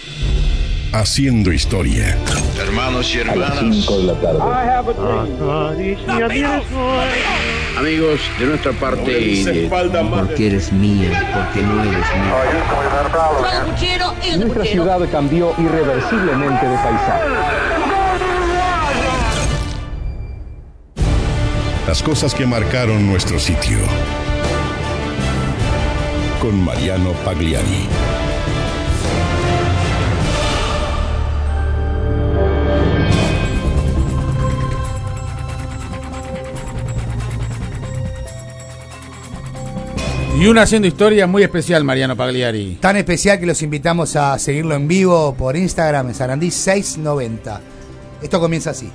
Haciendo historia. Hermanos y A las hermanas, 5 de la tarde. amigos de nuestra parte y de... Porque eres mía, porque no eres mía. Nuestra ciudad cambió irreversiblemente de paisaje. Las cosas que marcaron nuestro sitio. Con Mariano Pagliari. Y una haciendo historia muy especial, Mariano Pagliari. Tan especial que los invitamos a seguirlo en vivo por Instagram en Sarandí 690. Esto comienza así.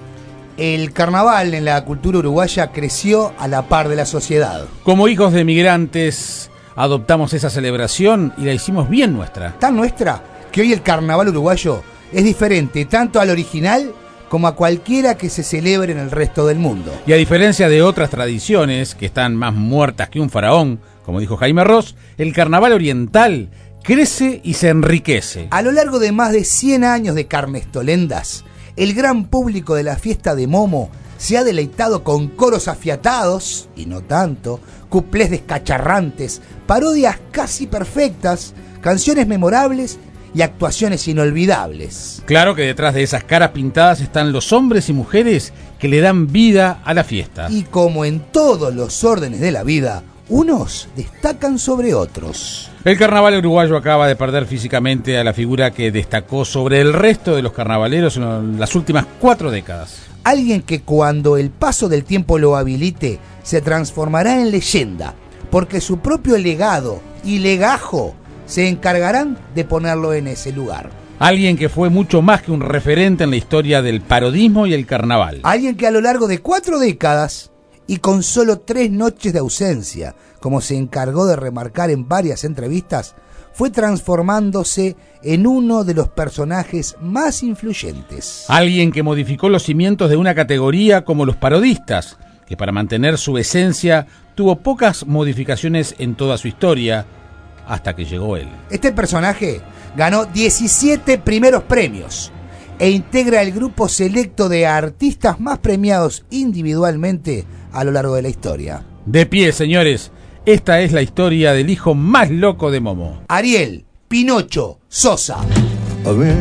El carnaval en la cultura uruguaya creció a la par de la sociedad. Como hijos de migrantes, adoptamos esa celebración y la hicimos bien nuestra. Tan nuestra que hoy el carnaval uruguayo es diferente tanto al original como a cualquiera que se celebre en el resto del mundo. Y a diferencia de otras tradiciones que están más muertas que un faraón, como dijo Jaime Ross, el carnaval oriental crece y se enriquece. A lo largo de más de 100 años de carnestolendas, el gran público de la fiesta de Momo se ha deleitado con coros afiatados, y no tanto, cuplés descacharrantes, parodias casi perfectas, canciones memorables y actuaciones inolvidables. Claro que detrás de esas caras pintadas están los hombres y mujeres que le dan vida a la fiesta. Y como en todos los órdenes de la vida, unos destacan sobre otros. El carnaval uruguayo acaba de perder físicamente a la figura que destacó sobre el resto de los carnavaleros en las últimas 4 décadas. Alguien que cuando el paso del tiempo lo habilite, se transformará en leyenda, porque su propio legado y legajo se encargarán de ponerlo en ese lugar. Alguien que fue mucho más que un referente en la historia del parodismo y el carnaval. Alguien que a lo largo de 4 décadas y con solo 3 noches de ausencia, como se encargó de remarcar en varias entrevistas, fue transformándose en uno de los personajes más influyentes. Alguien que modificó los cimientos de una categoría como los parodistas, que para mantener su esencia tuvo pocas modificaciones en toda su historia, hasta que llegó él. Este personaje ganó 17 primeros premios e integra el grupo selecto de artistas más premiados individualmente a lo largo de la historia. De pie, señores, esta es la historia del hijo más loco de Momo. Ariel Pinocho Sosa. A ver,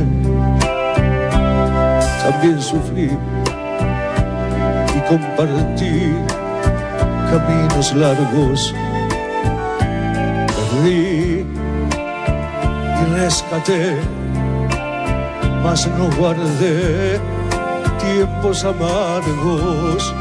también sufrí y compartí caminos largos. Perdí y rescaté, mas no guardé tiempos amargos.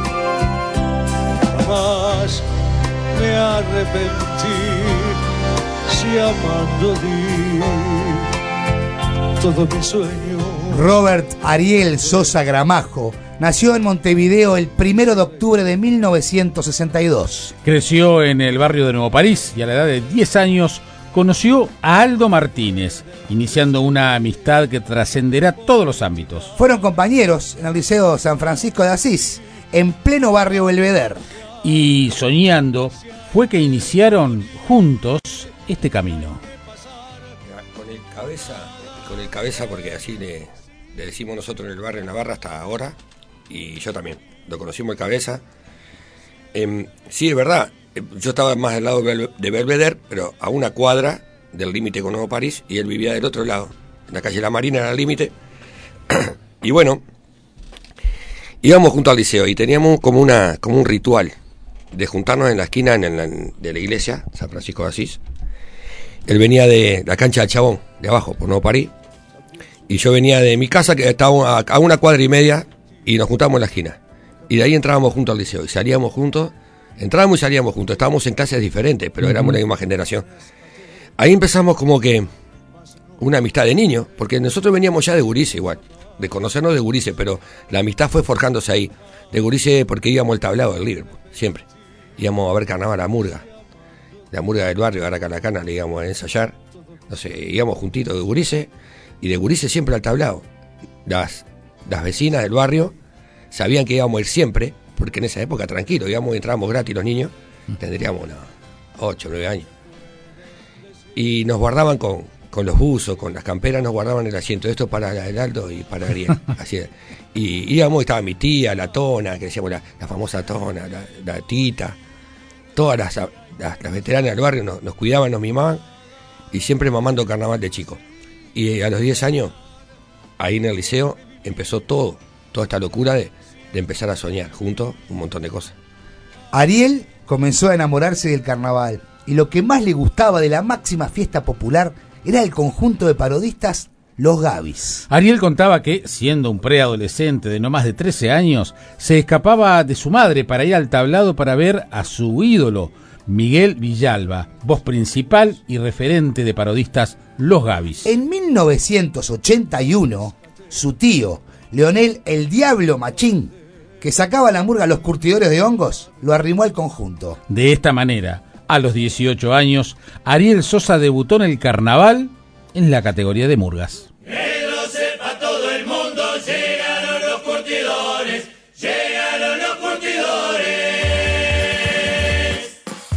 Jamás me arrepentí si amando di todo mi sueño. Robert Ariel Sosa Gramajo nació en Montevideo el 1 de octubre de 1962. Creció en el barrio de Nuevo París y a la edad de 10 años conoció a Aldo Martínez, iniciando una amistad que trascenderá todos los ámbitos. Fueron compañeros en el Liceo San Francisco de Asís, en pleno barrio Belvedere. Y soñando fue que iniciaron juntos este camino. Con el cabeza porque así le decimos nosotros en el barrio, en la barra hasta ahora, y yo también, lo conocimos el cabeza. Sí, es verdad, yo estaba más del lado de Belvedere, pero a una cuadra del límite con Nuevo París, y él vivía del otro lado, en la calle La Marina, era el límite. Y bueno, íbamos junto al liceo y teníamos como un ritual de juntarnos en la esquina de la iglesia San Francisco de Asís. Él venía de la cancha del Chabón, de abajo, por Nuevo París, y yo venía de mi casa, que estaba a una cuadra y media, y nos juntábamos en la esquina. Y de ahí entrábamos juntos al liceo, y salíamos juntos, entrábamos y salíamos juntos. Estábamos en clases diferentes, pero éramos la misma generación. Ahí empezamos como que una amistad de niños, porque nosotros veníamos ya de gurises igual, de conocernos de gurises, pero la amistad fue forjándose ahí. De gurises porque íbamos al tablado del Liverpool, siempre. Íbamos a ver carnaval a la murga del barrio, ahora Calacana, le íbamos a ensayar. No sé, íbamos juntitos de gurises, y de gurises siempre al tablado. Las vecinas del barrio sabían que íbamos a ir siempre, porque en esa época, tranquilo, íbamos y entrábamos gratis los niños, tendríamos 8 o 9 años. Y nos guardaban con con los buzos, con las camperas, nos guardaban el asiento. Esto para Heraldo y para Ariel. Así es. Y íbamos, estaba mi tía, la Tona, que decíamos la famosa Tona, la Tita. Todas las veteranas del barrio nos cuidaban, nos mimaban, y siempre mamando carnaval de chico. Y a los 10 años, ahí en el liceo, empezó toda esta locura de empezar a soñar juntos un montón de cosas. Ariel comenzó a enamorarse del carnaval, y lo que más le gustaba de la máxima fiesta popular era el conjunto de parodistas Los Gavis. Ariel contaba que, siendo un preadolescente de no más de 13 años, se escapaba de su madre para ir al tablado para ver a su ídolo, Miguel Villalba, voz principal y referente de parodistas Los Gavis. En 1981, su tío, Leonel el Diablo Machín, que sacaba la murga a los curtidores de hongos, lo arrimó al conjunto. De esta manera, a los 18 años, Ariel Sosa debutó en el carnaval en la categoría de murgas. Que lo sepa todo el mundo, llegaron los curtidores, llegaron los curtidores.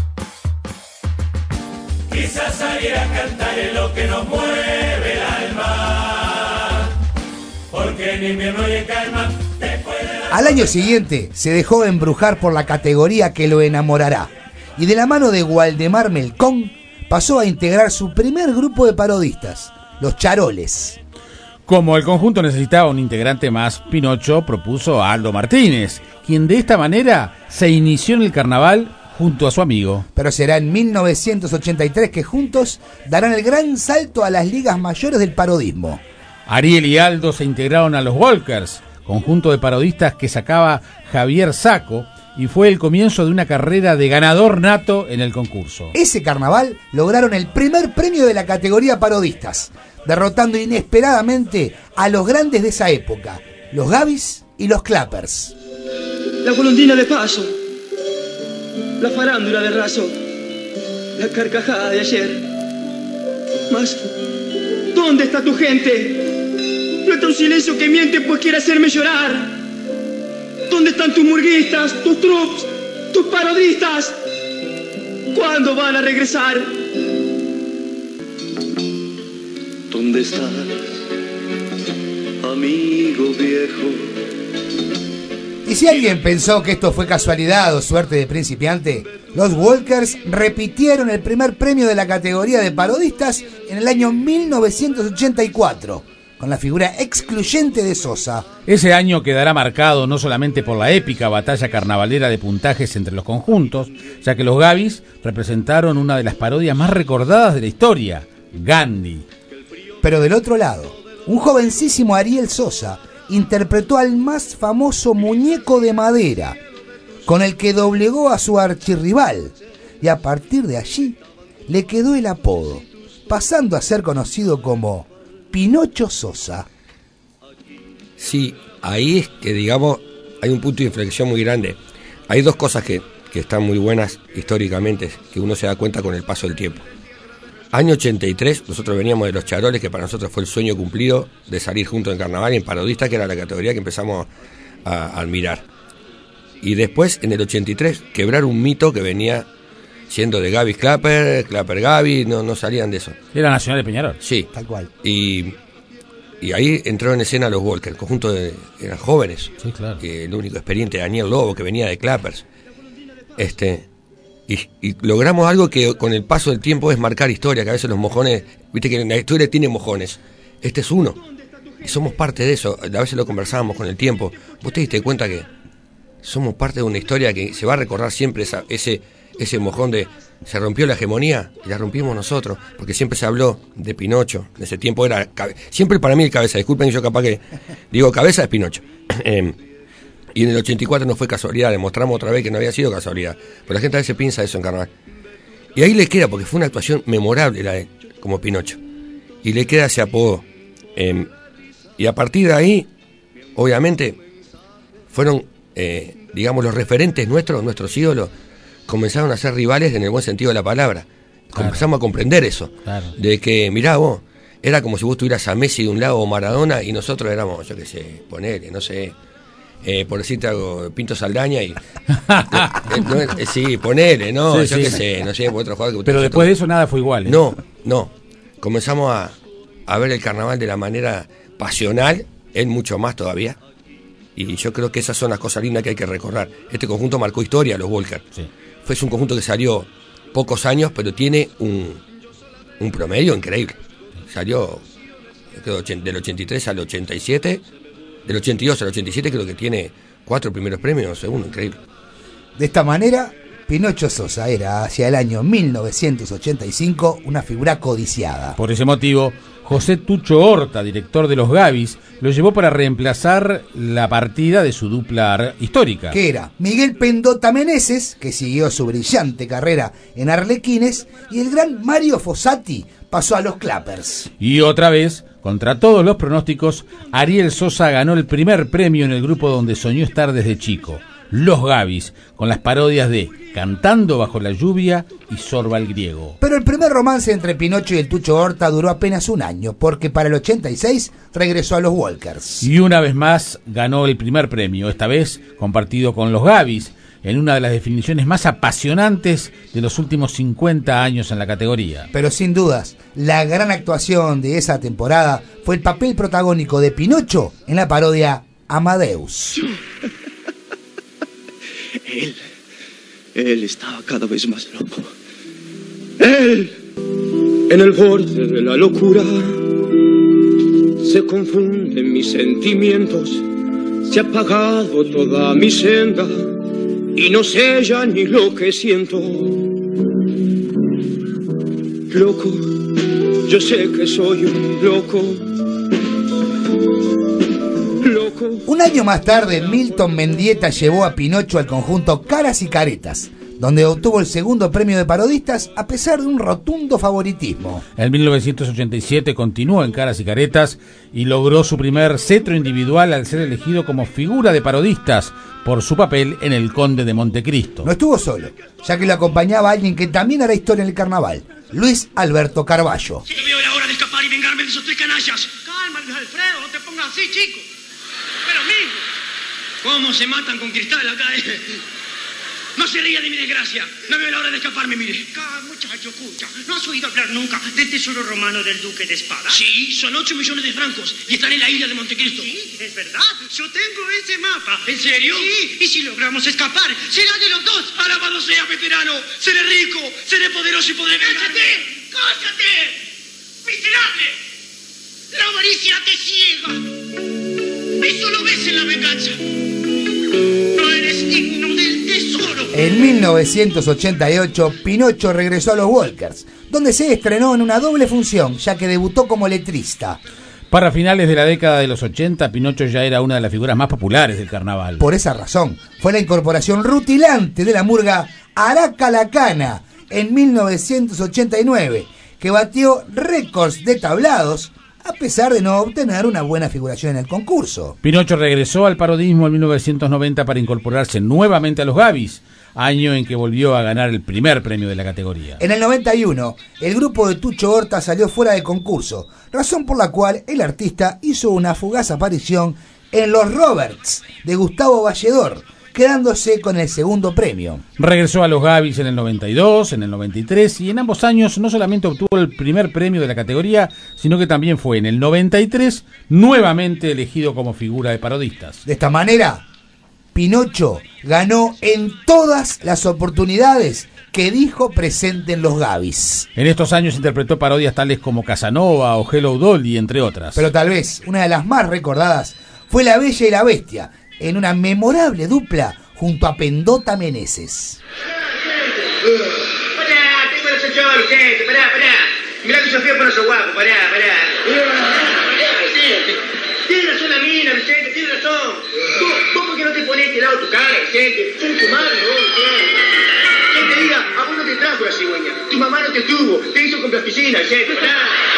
Quizás salir a cantar es lo que nos mueve el alma, porque en invierno y en calma te puede dar... Al año siguiente se dejó embrujar por la categoría que lo enamorará, y de la mano de Waldemar Melcón pasó a integrar su primer grupo de parodistas, Los Charoles. Como el conjunto necesitaba un integrante más, Pinocho propuso a Aldo Martínez, quien de esta manera se inició en el carnaval junto a su amigo. Pero será en 1983 que juntos darán el gran salto a las ligas mayores del parodismo. Ariel y Aldo se integraron a los Walkers, conjunto de parodistas que sacaba Javier Sacco, y fue el comienzo de una carrera de ganador nato en el concurso. Ese carnaval lograron el primer premio de la categoría parodistas, derrotando inesperadamente a los grandes de esa época, los Gavis y los Clappers. La golondrina de paso, la farándula de raso, la carcajada de ayer. Mas, ¿dónde está tu gente? No está un silencio que miente pues quiere hacerme llorar. ¿Dónde están tus murguistas, tus trups, tus parodistas? ¿Cuándo van a regresar? ¿Dónde estás, amigo viejo? Y si alguien pensó que esto fue casualidad o suerte de principiante, los Walkers repitieron el primer premio de la categoría de parodistas en el año 1984. Con la figura excluyente de Sosa. Ese año quedará marcado no solamente por la épica batalla carnavalera de puntajes entre los conjuntos, ya que los Gavis representaron una de las parodias más recordadas de la historia, Gandhi. Pero del otro lado, un jovencísimo Ariel Sosa interpretó al más famoso muñeco de madera, con el que doblegó a su archirrival, y a partir de allí le quedó el apodo, pasando a ser conocido como Pinocho Sosa. Sí, ahí es que, digamos, hay un punto de inflexión muy grande. Hay dos cosas que están muy buenas históricamente, que uno se da cuenta con el paso del tiempo. Año 83, nosotros veníamos de Los Charoles, que para nosotros fue el sueño cumplido de salir juntos en carnaval y en parodista, que era la categoría que empezamos a admirar. Y después, en el 83, quebrar un mito que venía siendo de Gavis Clapper, Clapper Gavis, no salían de eso. Era Nacional de Peñarol. Sí. Tal cual. Y ahí entró en escena los Walker, el conjunto eran jóvenes. Sí, claro. El único experiente, Daniel Lobo, que venía de Clappers. Y logramos algo que con el paso del tiempo es marcar historia, que a veces los mojones, viste que la historia tiene mojones. Este es uno. Y somos parte de eso. A veces lo conversábamos con el tiempo. ¿Vos te diste cuenta que somos parte de una historia que se va a recordar siempre ese mojón de se rompió la hegemonía y la rompimos nosotros, porque siempre se habló de Pinocho, en ese tiempo era siempre para mí el cabeza, disculpen, yo capaz que digo cabeza es Pinocho. Y en el 84 no fue casualidad, demostramos otra vez que no había sido casualidad, pero la gente a veces piensa eso en carnaval, y ahí le queda, porque fue una actuación memorable la de como Pinocho, y le queda ese apodo, y a partir de ahí obviamente fueron digamos los referentes nuestros ídolos comenzaron a ser rivales en el buen sentido de la palabra. Claro. Empezamos a comprender eso. Claro. De que, mirá vos, era como si vos tuvieras a Messi de un lado o Maradona y nosotros éramos, yo qué sé, ponele, no sé, por decirte algo, Pinto Saldaña y... sí, ponele, ¿no? Sí, yo qué sé, no sé, por otro jugador que... Pero después de eso nada fue igual. No. comenzamos a ver el carnaval de la manera pasional, él mucho más todavía. Y yo creo que esas son las cosas lindas que hay que recordar. Este conjunto marcó historia, los Walker. Sí. Fue un conjunto que salió pocos años, pero tiene un promedio increíble. Salió, creo, del 83 al 87, del 82 al 87 creo que tiene 4 primeros premios, segundo, increíble. De esta manera, Pinocho Sosa era hacia el año 1985 una figura codiciada. Por ese motivo, José Tucho Horta, director de los Gavis, lo llevó para reemplazar la partida de su dupla histórica. Que era Miguel Pendota Meneses, que siguió su brillante carrera en Arlequines, y el gran Mario Fossati pasó a los Clappers. Y otra vez, contra todos los pronósticos, Ariel Sosa ganó el primer premio en el grupo donde soñó estar desde chico, Los Gavis, con las parodias de Cantando bajo la lluvia y Sorba el griego. Pero el primer romance entre Pinocho y el Tucho Horta duró apenas un año, porque para el 86 regresó a los Walkers. Y una vez más ganó el primer premio, esta vez compartido con los Gavis, en una de las definiciones más apasionantes de los últimos 50 años en la categoría. Pero sin dudas, la gran actuación de esa temporada fue el papel protagónico de Pinocho en la parodia Amadeus. Él estaba cada vez más loco. Él, en el borde de la locura, se confunden mis sentimientos, se ha apagado toda mi senda y no sé ya ni lo que siento. Loco, yo sé que soy un loco. Un año más tarde, Milton Mendieta llevó a Pinocho al conjunto Caras y Caretas, donde obtuvo el segundo premio de parodistas a pesar de un rotundo favoritismo. En 1987 continuó en Caras y Caretas y logró su primer cetro individual al ser elegido como figura de parodistas por su papel en El Conde de Montecristo. No estuvo solo, ya que lo acompañaba alguien que también hará historia en el carnaval, Luis Alberto Carballo. Si veo la hora de escapar y vengarme de esos 3 canallas. Calma, Luis Alfredo, no te pongas así, chico. Pero amigo, ¿cómo se matan con cristal acá? No se ría de mi desgracia. No veo la hora de escaparme, mire. Muchacho, escucha. ¿No has oído hablar nunca del tesoro romano del Duque de Espada? Sí, son 8 millones de francos y están en la isla de Montecristo. Sí, es verdad. Yo tengo ese mapa. ¿En serio? Sí, y si logramos escapar, será de los dos. Alabado sea, veterano. Seré rico, seré poderoso y podré vengarme. ¡Cállate! ¡Miserable! La avaricia te ciega. Eso lo ves en la venganza. No eres digno del tesoro. En 1988, Pinocho regresó a los Walkers, donde se estrenó en una doble función, ya que debutó como letrista. Para finales de la década de los 80, Pinocho ya era una de las figuras más populares del carnaval. Por esa razón, fue la incorporación rutilante de la murga Araca la Cana en 1989, que batió récords de tablados, a pesar de no obtener una buena figuración en el concurso. Pinocho regresó al parodismo en 1990 para incorporarse nuevamente a los Gavis, año en que volvió a ganar el primer premio de la categoría. En el 91, el grupo de Tucho Horta salió fuera de concurso, razón por la cual el artista hizo una fugaz aparición en Los Roberts de Gustavo Valledor, quedándose con el segundo premio. Regresó a los Gavis en el 92, en el 93 y en ambos años no solamente obtuvo el primer premio de la categoría, sino que también fue en el 93 nuevamente elegido como figura de parodistas. De esta manera, Pinocho ganó en todas las oportunidades que dijo presente en los Gavis. En estos años interpretó parodias tales como Casanova o Hello Dolly, entre otras. Pero tal vez una de las más recordadas fue La Bella y la Bestia, en una memorable dupla junto a Pendota Meneses. Pará, tengo la chochola, Vicente, pará. Mirá que Sofía pone su guapo, pará. Tiene razón la mina, Vicente, tiene razón. ¿Vos por qué no te pones este lado de tu cara, Vicente? Soy tu madre, vos, Vicente. ¿Quién te diga? A vos no te trajo la cigüeña. Tu mamá no te tuvo, te hizo con plasticina, Vicente, pará.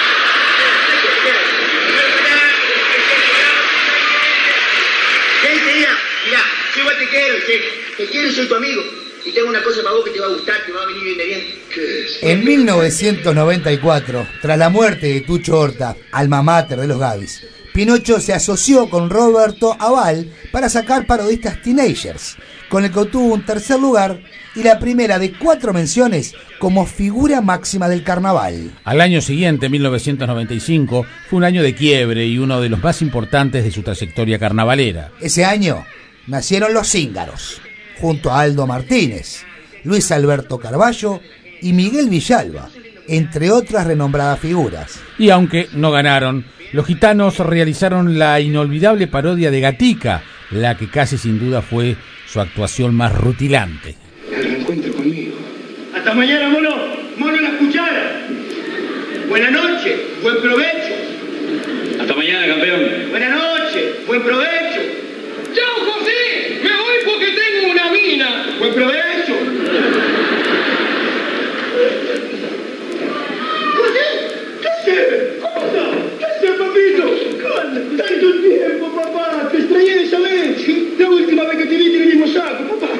Mirá, yo igual te quiero, te quiero y soy tu amigo. Y tengo una cosa para vos que te va a gustar, te va a venir bien de bien. ¿Qué es? En 1994, tras la muerte de Tucho Horta, alma mater de los Gavis, Pinocho se asoció con Roberto Aval para sacar Parodistas Teenagers, con el que obtuvo un tercer lugar y la primera de 4 menciones como figura máxima del carnaval. Al año siguiente, 1995, fue un año de quiebre y uno de los más importantes de su trayectoria carnavalera. Ese año nacieron los Cíngaros, junto a Aldo Martínez, Luis Alberto Carballo y Miguel Villalba, entre otras renombradas figuras. Y aunque no ganaron, los gitanos realizaron la inolvidable parodia de Gatica, la que casi sin duda fue su actuación más rutilante. El reencuentro conmigo. Hasta mañana, mono. Mono en las cucharas. Buenas noches. Buen provecho. Hasta mañana, campeón. Buenas noches. Buen provecho. ¡Chao, José! Me voy porque tengo una mina. Buen provecho. José, ¿qué haces? ¿Cómo estás? ¿Qué haces, papito? ¿Cómo andas? Tanto tiempo, papá. Te extrañé de esa vez. La última vez que te vi en el mismo saco, papá.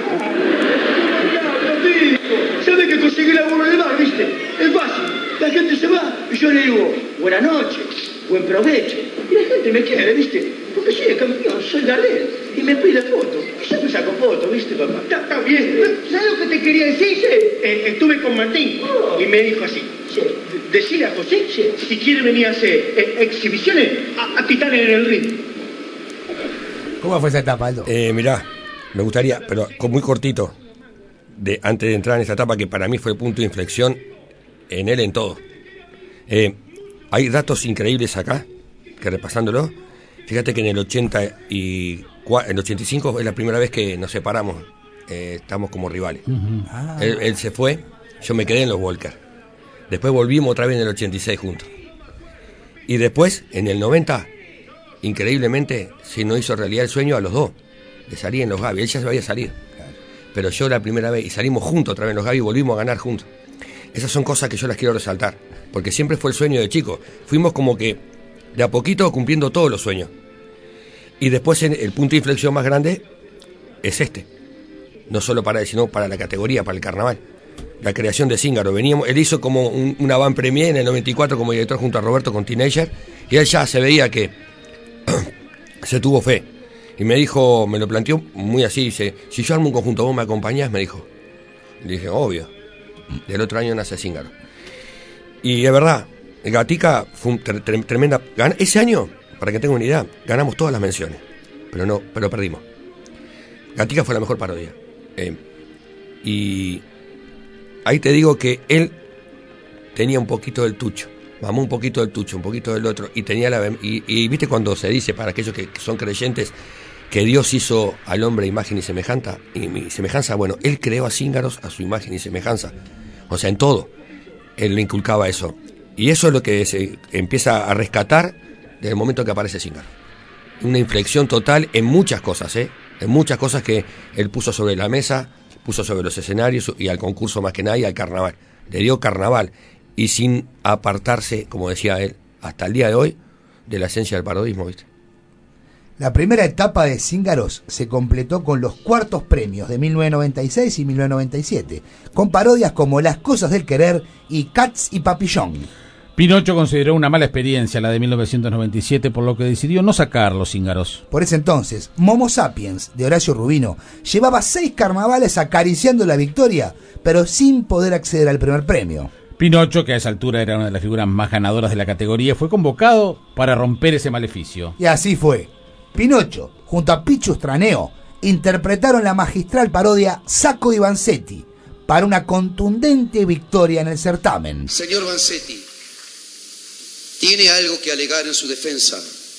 ¿Sabes que conseguí la burra de bar, viste? Es fácil. La gente se va y yo le digo, buenas noches, buen provecho. Y la gente me quiere, viste, porque soy el campeón, soy Gardel. Y me pide fotos. Y yo me saco fotos, viste, papá. Está bien. ¿Sabes lo que te quería decir? Estuve con Martín y me dijo así. Decirle a José si quiere venir a hacer exhibiciones a Titanes en el ring. ¿Cómo fue esa etapa, Aldo? Mirá, me gustaría, pero muy cortito, antes de entrar en esta etapa que para mí fue el punto de inflexión en él en todo. Hay datos increíbles acá, que repasándolo, fíjate que en el 85 es la primera vez que nos separamos, estamos como rivales. Él se fue, yo me quedé en los Walker. Después volvimos otra vez en el 86 juntos. Y después, en el 90, increíblemente, se nos hizo realidad el sueño a los dos, de salir en los Gaby. Él ya se había salido. Pero yo la primera vez, y salimos juntos otra vez en los Gaby y volvimos a ganar juntos. Esas son cosas que yo las quiero resaltar, porque siempre fue el sueño de chico. Fuimos como que de a poquito cumpliendo todos los sueños. Y después el punto de inflexión más grande es este. No solo para él, sino para la categoría, para el carnaval. La creación de Cíngaro. Él hizo como una van premier en el 94 como director junto a Roberto con Teenager, y él ya se veía que se tuvo fe. Y me dijo, me lo planteó muy así, dice, si yo armo un conjunto, ¿vos me acompañás? Me dijo. Le dije, obvio. Del otro año nace Cíngaro. Y es verdad, Gatica fue tremenda. Ese año, para que tengan una idea, ganamos todas las menciones, pero perdimos. Gatica fue la mejor parodia. Y ahí te digo que él tenía un poquito del tucho. Mamó un poquito del tucho, un poquito del otro. Y tenía y viste cuando se dice, para aquellos que son creyentes, que Dios hizo al hombre imagen y semejanza. Bueno, él creó a Cíngaros a su imagen y semejanza. O sea, en todo. Él le inculcaba eso. Y eso es lo que se empieza a rescatar desde el momento que aparece Cíngaro. Una inflexión total en muchas cosas, En muchas cosas que él puso sobre la mesa, puso sobre los escenarios y al concurso más que nada y al carnaval. Le dio carnaval. Y sin apartarse, como decía él, hasta el día de hoy, de la esencia del parodismo, ¿viste? La primera etapa de Cíngaros se completó con los cuartos premios de 1996 y 1997, con parodias como Las cosas del querer y Cats y Papillón. Pinocho consideró una mala experiencia la de 1997, por lo que decidió no sacar los Cíngaros. Por ese entonces, Momo Sapiens, de Horacio Rubino, llevaba 6 carnavales acariciando la victoria, pero sin poder acceder al primer premio. Pinocho, que a esa altura era una de las figuras más ganadoras de la categoría, fue convocado para romper ese maleficio. Y así fue. Pinocho, junto a Pichu Straneo, interpretaron la magistral parodia Sacco di Vanzetti para una contundente victoria en el certamen. Señor Vanzetti, ¿tiene algo que alegar en su defensa?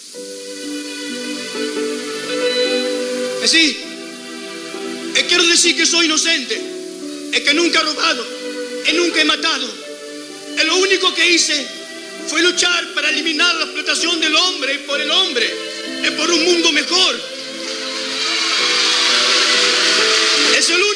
Sí, quiero decir que soy inocente, es que nunca he robado, nunca he matado. Lo único que hice fue luchar para eliminar la explotación del hombre por el hombre, por un mundo mejor. Es el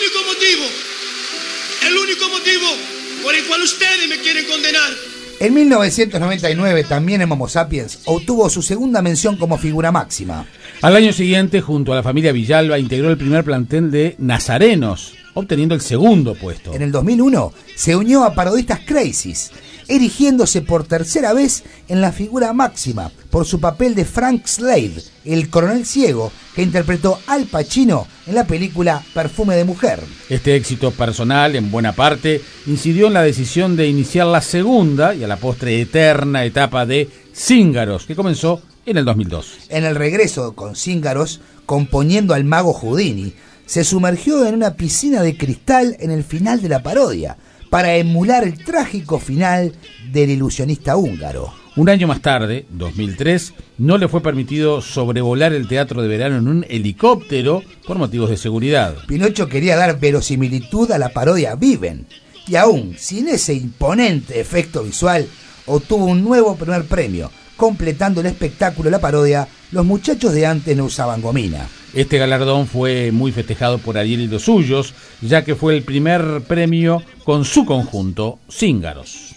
único motivo por el cual ustedes me quieren condenar. En 1999, también en Momo Sapiens, obtuvo su segunda mención como figura máxima. Al año siguiente, junto a la familia Villalba, integró el primer plantel de Nazarenos, obteniendo el segundo puesto. En el 2001, se unió a Parodistas Crazies, erigiéndose por tercera vez en la figura máxima por su papel de Frank Slade, el coronel ciego que interpretó Al Pacino en la película Perfume de Mujer. Este éxito personal, en buena parte, incidió en la decisión de iniciar la segunda y a la postre eterna etapa de Cíngaros, que comenzó en el 2002. En el regreso con Cíngaros, componiendo al mago Houdini, se sumergió en una piscina de cristal en el final de la parodia, para emular el trágico final del ilusionista húngaro. Un año más tarde, 2003, no le fue permitido sobrevolar el teatro de verano en un helicóptero por motivos de seguridad. Pinocho quería dar verosimilitud a la parodia Viven, y aún sin ese imponente efecto visual, obtuvo un nuevo primer premio, completando el espectáculo de la parodia Los muchachos de antes no usaban gomina. Este galardón fue muy festejado por Ariel y los suyos, ya que fue el primer premio con su conjunto, Cíngaros.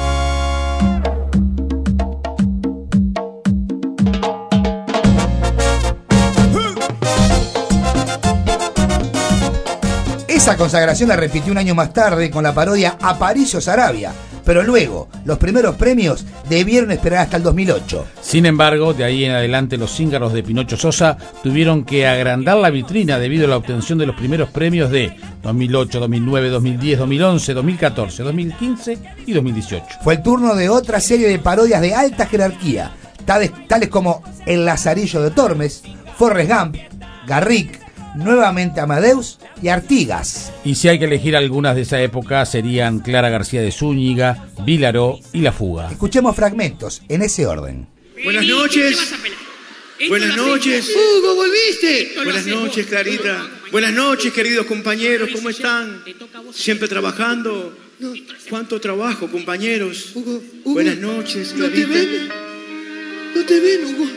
Esa consagración la repitió un año más tarde con la parodia Aparicio Sarabia, pero luego los primeros premios debieron esperar hasta el 2008. Sin embargo, de ahí en adelante los Cíngaros de Pinocho Sosa tuvieron que agrandar la vitrina debido a la obtención de los primeros premios de 2008, 2009, 2010, 2011, 2014, 2015 y 2018. Fue el turno de otra serie de parodias de alta jerarquía, tales como El Lazarillo de Tormes, Forrest Gump, Garrick, nuevamente Amadeus y Artigas. Y si hay que elegir algunas de esa época, serían Clara García de Zúñiga, Vilaró y La Fuga. Escuchemos fragmentos en ese orden. Buenas noches. Buenas noches. Hugo, volviste. Buenas noches, Clarita. Buenas noches, queridos compañeros. ¿Cómo están? Siempre trabajando. ¿Cuánto trabajo, compañeros? Hugo, Buenas noches, Clarita. ¿No te ven? ¿No te ven, Hugo?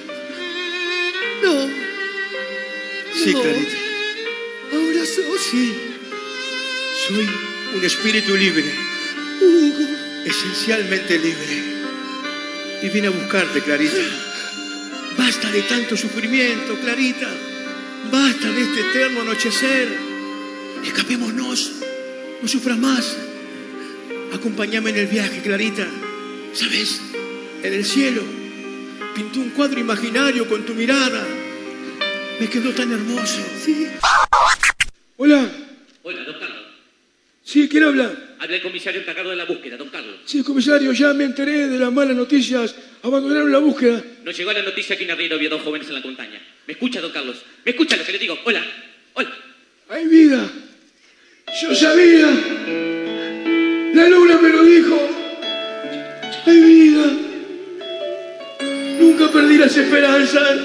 No. Sí, No. Clarita. Ahora sos. Sí. Soy un espíritu libre. Hugo. Esencialmente libre. Y vine a buscarte, Clarita. Basta de tanto sufrimiento, Clarita. Basta de este eterno anochecer. Escapémonos. No sufras más. Acompáñame en el viaje, Clarita. ¿Sabes? En el cielo pinté un cuadro imaginario con tu mirada. Me quedó tan hermoso. Sí. Hola. Hola, don Carlos. Sí, ¿quién habla? Habla el comisario encargado de la búsqueda, don Carlos. Sí, comisario, ya me enteré de las malas noticias. Abandonaron la búsqueda. Nos llegó la noticia que un arriero vio a dos jóvenes en la montaña. ¿Me escucha, don Carlos? ¿Me escucha lo que le digo? Hola. Hola. ¡Hay vida! ¡Yo sabía! ¡La luna me lo dijo! ¡Hay vida! Nunca perdí las esperanzas.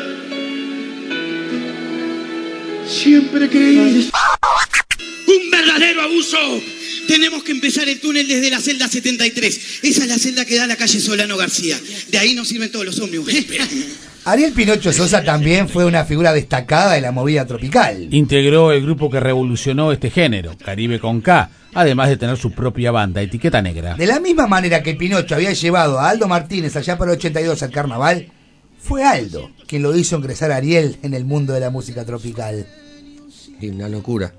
Siempre creí. ¡Un verdadero abuso! Tenemos que empezar el túnel desde la celda 73. Esa es la celda que da a la calle Solano García. De ahí nos sirven todos los ómnibus. Ariel Pinocho Sosa también fue una figura destacada de la movida tropical. Integró el grupo que revolucionó este género, Caribe con K, además de tener su propia banda, Etiqueta Negra. De la misma manera que Pinocho había llevado a Aldo Martínez allá para el 82 al carnaval, fue Aldo quien lo hizo ingresar a Ariel en el mundo de la música tropical. Y una locura.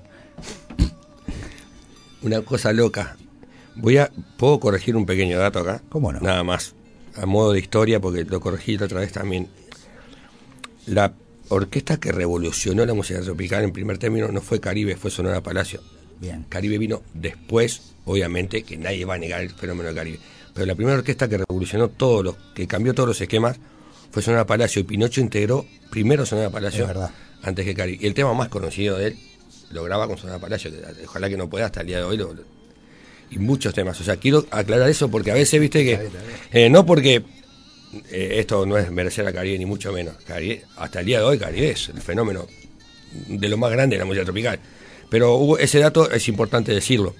Una cosa loca. ¿Puedo corregir un pequeño dato acá? ¿Cómo no? Nada más. A modo de historia, porque lo corregí la otra vez también. La orquesta que revolucionó la música tropical en primer término no fue Caribe, fue Sonora Palacio. Bien. Caribe vino después, obviamente, que nadie va a negar el fenómeno de Caribe. Pero la primera orquesta que revolucionó que cambió todos los esquemas, fue Sonora Palacio. Y Pinocho integró primero Sonora Palacio antes que Caribe. Y el tema más conocido de él lo graba con Sonora Palacio, que ojalá que no pueda hasta el día de hoy. Y muchos temas. O sea, quiero aclarar eso porque a veces, viste que no porque esto no es merecer a Caribe ni mucho menos. Caribe, hasta el día de hoy Caribe es el fenómeno de lo más grande de la música tropical. Pero ese dato es importante decirlo.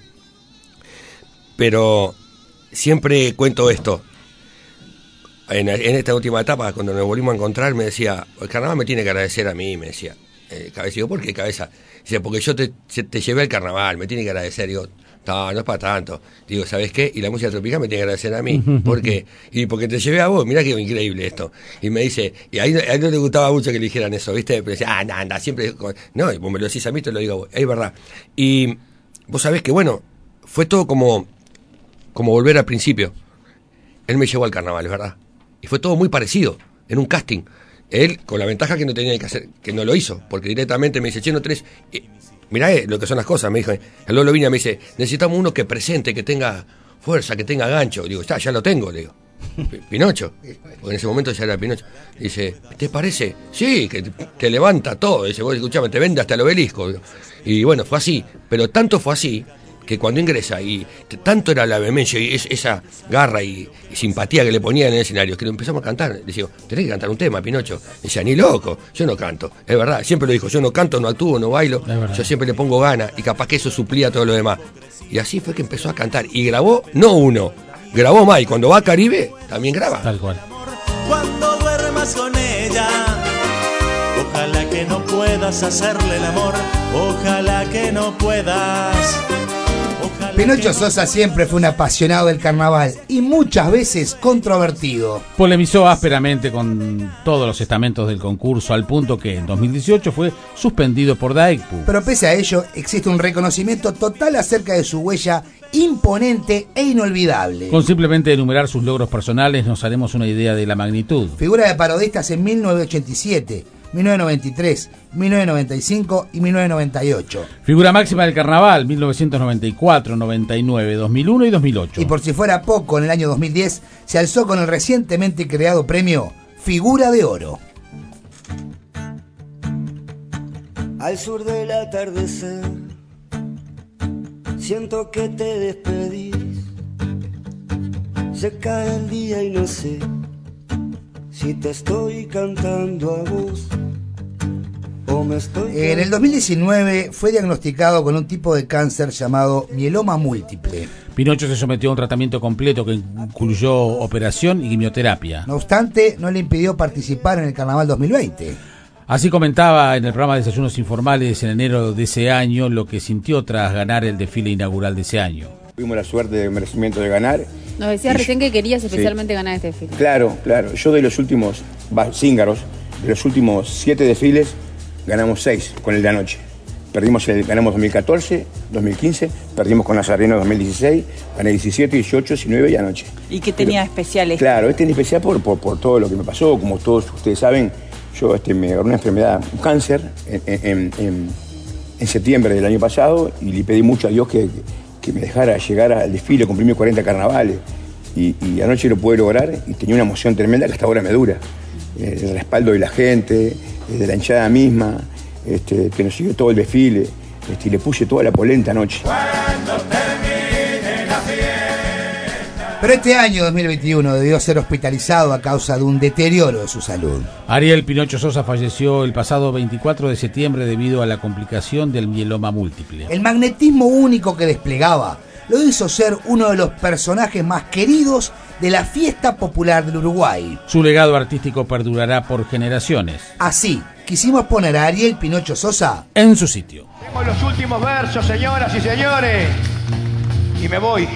Pero siempre cuento esto. En esta última etapa, cuando nos volvimos a encontrar, me decía, el carnaval me tiene que agradecer a mí, me decía. Cabeza, digo, ¿por qué, Cabeza? Dice, porque yo te llevé al carnaval, me tiene que agradecer. Digo, no es para tanto. Digo, ¿sabes qué? Y la música tropical me tiene que agradecer a mí. ¿Por qué? Y porque te llevé a vos, mirá qué increíble esto. Y me dice, y a él no le gustaba mucho que le dijeran eso, ¿viste? Pero decía, anda, siempre. No, y vos me lo decís a mí, te lo digo a vos. Es verdad. Y vos sabés que, bueno, fue todo como volver al principio. él me llevó al carnaval, es verdad. Y fue todo muy parecido, en un casting. Él, con la ventaja que no tenía que hacer, que no lo hizo, porque directamente me dice, che, no tenés... mirá lo que son las cosas, me dijo. El Lolo Viña me dice, necesitamos uno que presente, que tenga fuerza, que tenga gancho. Digo, ya lo tengo, le digo. Pinocho, porque en ese momento ya era Pinocho. Dice, ¿te parece? Sí, que te levanta todo. Dice, vos escuchame, te vende hasta el obelisco. Y bueno, fue así, pero tanto fue así que cuando ingresa y tanto era la vehemencia y esa garra y simpatía que le ponían en el escenario, que lo empezamos a cantar. Le digo, tenés que cantar un tema, Pinocho. Decía, ni loco, yo no canto. Es verdad, siempre lo dijo, yo no canto, no actúo, no bailo, yo siempre le pongo ganas y capaz que eso suplía todo lo demás. Y así fue que empezó a cantar y grabó, no uno, grabó más, y cuando va a Caribe también graba. Tal cual. Cuando duermas con ella, ojalá que no puedas hacerle el amor, ojalá que no puedas. Pinocho Sosa siempre fue un apasionado del carnaval y muchas veces controvertido. Polemizó ásperamente con todos los estamentos del concurso, al punto que en 2018 fue suspendido por Daikpu. Pero pese a ello, existe un reconocimiento total acerca de su huella imponente e inolvidable. Con simplemente enumerar sus logros personales nos haremos una idea de la magnitud. Figura de parodistas en 1987, 1993, 1995 y 1998. Figura máxima del carnaval, 1994, 99, 2001 y 2008. Y por si fuera poco, en el año 2010 se alzó con el recientemente creado premio Figura de Oro. Al sur del atardecer, siento que te despedís. Se cae el día y no sé si te estoy cantando a vos o me estoy... En el 2019 fue diagnosticado con un tipo de cáncer llamado mieloma múltiple. Pinocho se sometió a un tratamiento completo que incluyó operación y quimioterapia. No obstante, no le impidió participar en el Carnaval 2020. Así comentaba en el programa Desayunos Informales en enero de ese año lo que sintió tras ganar el desfile inaugural de ese año. Tuvimos la suerte de merecimiento de ganar. Nos decías recién que querías especialmente ganar este desfile. Claro. Yo de los últimos cíngaros, de los últimos 7 desfiles, ganamos 6 con el de anoche. Ganamos 2014, 2015, perdimos con Nazareno 2016, gané 17, 18, 19 y anoche. ¿Y qué tenía especial este? Claro, este en especial por todo lo que me pasó. Como todos ustedes saben, yo me agarré una enfermedad, un cáncer, en septiembre del año pasado, y le pedí mucho a Dios que me dejara llegar al desfile, cumplir mis 40 carnavales. Y anoche lo pude lograr y tenía una emoción tremenda que hasta ahora me dura. El respaldo de la gente, de la hinchada misma, que nos siguió todo el desfile, y le puse toda la polenta anoche. Pero este año 2021 debió ser hospitalizado a causa de un deterioro de su salud. Ariel Pinocho Sosa falleció el pasado 24 de septiembre debido a la complicación del mieloma múltiple. El magnetismo único que desplegaba lo hizo ser uno de los personajes más queridos de la fiesta popular del Uruguay. Su legado artístico perdurará por generaciones. Así, quisimos poner a Ariel Pinocho Sosa en su sitio. Tengo los últimos versos, señoras y señores, y me voy.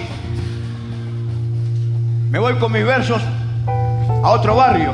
Me voy con mis versos a otro barrio,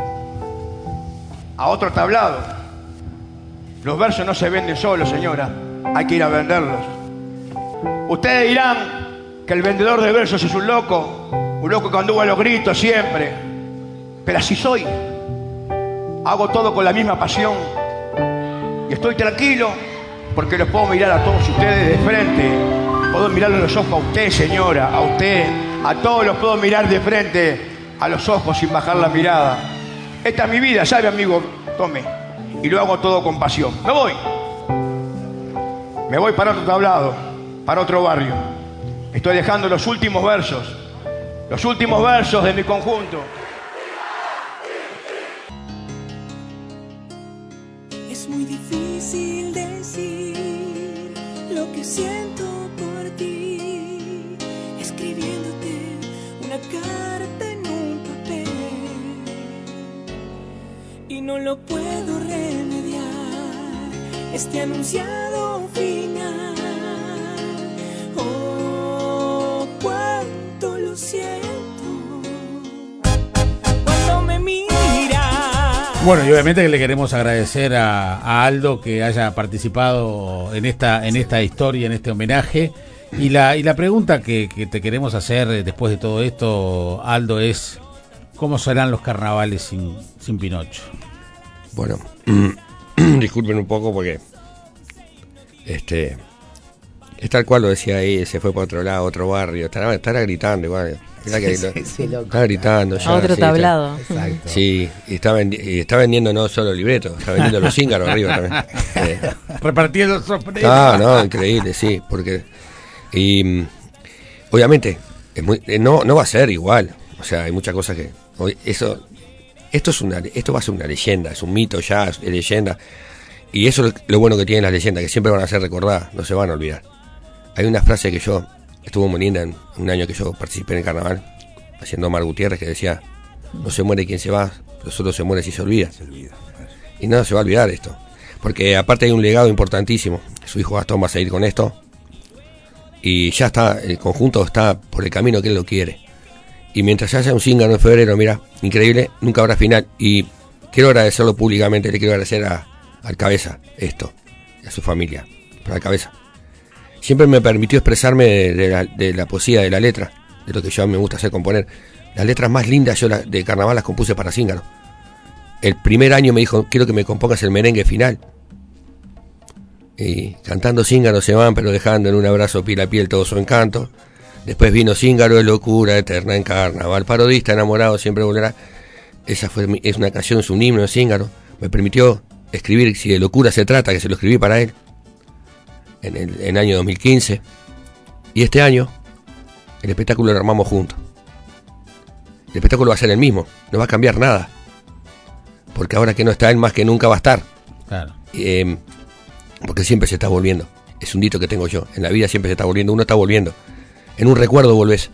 a otro tablado. Los versos no se venden solos, señora, hay que ir a venderlos. Ustedes dirán que el vendedor de versos es un loco que anduvo a los gritos siempre. Pero así soy. Hago todo con la misma pasión. Y estoy tranquilo porque los puedo mirar a todos ustedes de frente. Puedo mirarle los ojos a usted, señora, a usted. A todos los puedo mirar de frente a los ojos sin bajar la mirada. Esta es mi vida, ¿sabe, amigo? Tome. Y lo hago todo con pasión. Me voy. Me voy para otro tablado, para otro barrio. Estoy dejando los últimos versos de mi conjunto. Es muy difícil decir lo que siento por ti, escribiéndote una carta en un papel, y no lo puedo remediar, este anunciado final. Oh, cuánto lo siento cuando me mira. Bueno, y obviamente le queremos agradecer a Aldo que haya participado en esta historia, en este homenaje. Y la pregunta que te queremos hacer después de todo esto, Aldo, es ¿cómo serán los carnavales sin Pinocho? Bueno, disculpen un poco porque es tal cual lo decía ahí, se fue para otro lado, otro barrio, estará gritando igual. Estaba gritando ya, a otro sí, tablado. Exacto. Sí, y está vendiendo no solo libretos, está vendiendo los cíngaros arriba también. Repartiendo sorpresas. No, increíble, sí, porque obviamente no va a ser igual, o sea, hay muchas cosas que esto va a ser una leyenda, es un mito ya, es leyenda, y eso es lo bueno que tienen las leyendas, que siempre van a ser recordadas, no se van a olvidar. Hay una frase que estuvo muy linda en un año que yo participé en el carnaval, haciendo Omar Gutiérrez, que decía: no se muere quien se va, pero solo se muere si se olvida. Y no se va a olvidar esto, porque aparte hay un legado importantísimo. Su hijo Gastón va a seguir con esto, y ya está, el conjunto está por el camino que él lo quiere. Y mientras haya un cíngaro en febrero, mira, increíble, nunca habrá final. Y quiero agradecerlo públicamente, le quiero agradecer al Cabeza esto, y a su familia, pero al Cabeza. Siempre me permitió expresarme de la poesía, de la letra, de lo que yo me gusta hacer, componer. Las letras más lindas yo de carnaval las compuse para cíngaro. El primer año me dijo: quiero que me compongas el merengue final. Y cantando cíngaro se van, pero dejando en un abrazo piel a piel todo su encanto. Después vino cíngaro de locura eterna en carnaval. Parodista enamorado siempre volverá. Es una canción, es un himno de cíngaro. Me permitió escribir Si de locura se trata, que se lo escribí para él en el año 2015, y este año el espectáculo lo armamos juntos. El espectáculo va a ser el mismo, no va a cambiar nada, porque ahora que no está él, más que nunca va a estar. Claro. Porque siempre se está volviendo, es un dito que tengo yo, en la vida siempre se está volviendo, uno está volviendo, en un recuerdo volvés.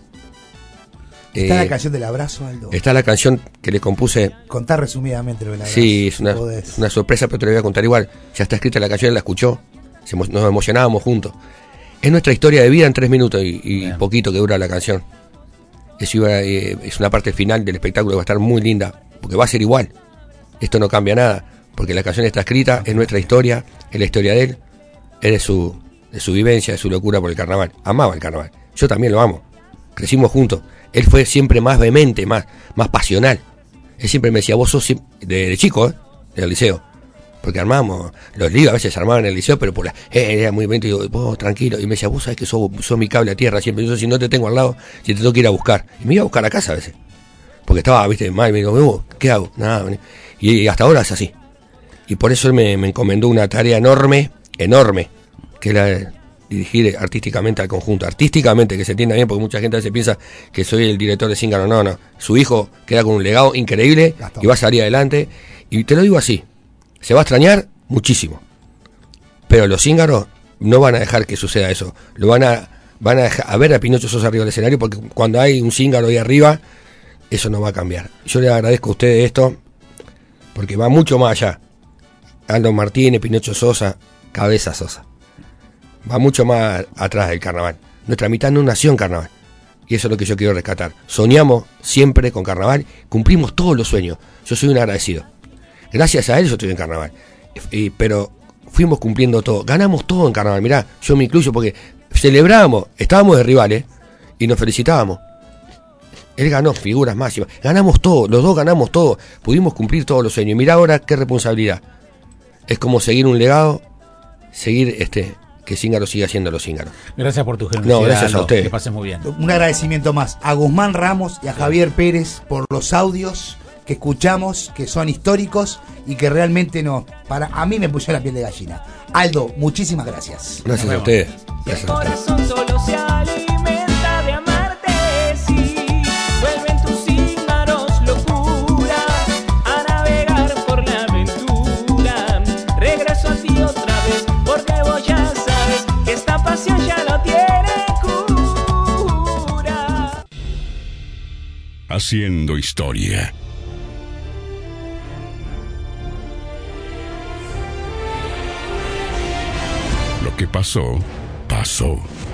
Está la canción del abrazo, Aldo. Está la canción que le compuse. Contá resumidamente lo del abrazo. Sí, es una sorpresa, pero te lo voy a contar igual. Ya está escrita la canción, la escuchó. Nos emocionábamos juntos. Es nuestra historia de vida en 3 minutos y poquito que dura la canción. Es una parte final del espectáculo que va a estar muy linda, porque va a ser igual. Esto no cambia nada, porque la canción está escrita, es nuestra historia, es la historia de él, es de su vivencia, de su locura por el carnaval. Amaba el carnaval, yo también lo amo. Crecimos juntos. Él fue siempre más vehemente, más pasional. Él siempre me decía: vos sos de chico, del liceo. Porque armábamos, los líos a veces se armaban en el liceo, pero era muy vehemente, y digo: vos tranquilo. Y me decía: vos sabés que sos mi cable a tierra siempre. Yo, si no te tengo al lado, si te tengo que ir a buscar. Y me iba a buscar a casa a veces. Porque estaba, mal, y me digo: ¿qué hago? Nada. Y hasta ahora es así. Y por eso él me encomendó una tarea enorme, que era dirigir artísticamente al conjunto. Artísticamente, que se entienda bien, porque mucha gente a veces piensa que soy el director de cíngaro. No. Su hijo queda con un legado increíble y va a salir adelante. Y te lo digo así: se va a extrañar muchísimo, pero los cíngaros no van a dejar que suceda eso. Van a dejar a ver a Pinocho Sosa arriba del escenario, porque cuando hay un cíngaro ahí arriba, eso no va a cambiar. Yo les agradezco a ustedes esto, porque va mucho más allá. Aldo Martínez, Pinocho Sosa, Cabeza Sosa. Va mucho más atrás del carnaval. Nuestra mitad no nació en carnaval, y eso es lo que yo quiero rescatar. Soñamos siempre con carnaval, cumplimos todos los sueños. Yo soy un agradecido. Gracias a él yo estoy en carnaval. Pero fuimos cumpliendo todo. Ganamos todo en carnaval. Mirá, yo me incluyo porque celebrábamos, estábamos de rivales y nos felicitábamos. Él ganó figuras máximas. Ganamos todo, los dos ganamos todo. Pudimos cumplir todos los sueños. Mirá ahora qué responsabilidad. Es como seguir un legado, seguir que Cíngaro siga siendo los cíngaros. Gracias por tu generosidad. No, gracias a ustedes. Que pases muy bien. Un agradecimiento más a Guzmán Ramos y a Javier Pérez por los audios que escuchamos, que son históricos y que realmente a mí me puso la piel de gallina. Aldo, muchísimas gracias. Gracias a ustedes. El corazón solo se alimenta de amarte, sí. Vuelven tus cíngaros locura a navegar por la aventura. Regreso a ti otra vez, porque vos ya sabes que esta pasión ya no tiene cura. Haciendo historia. Lo que pasó, pasó.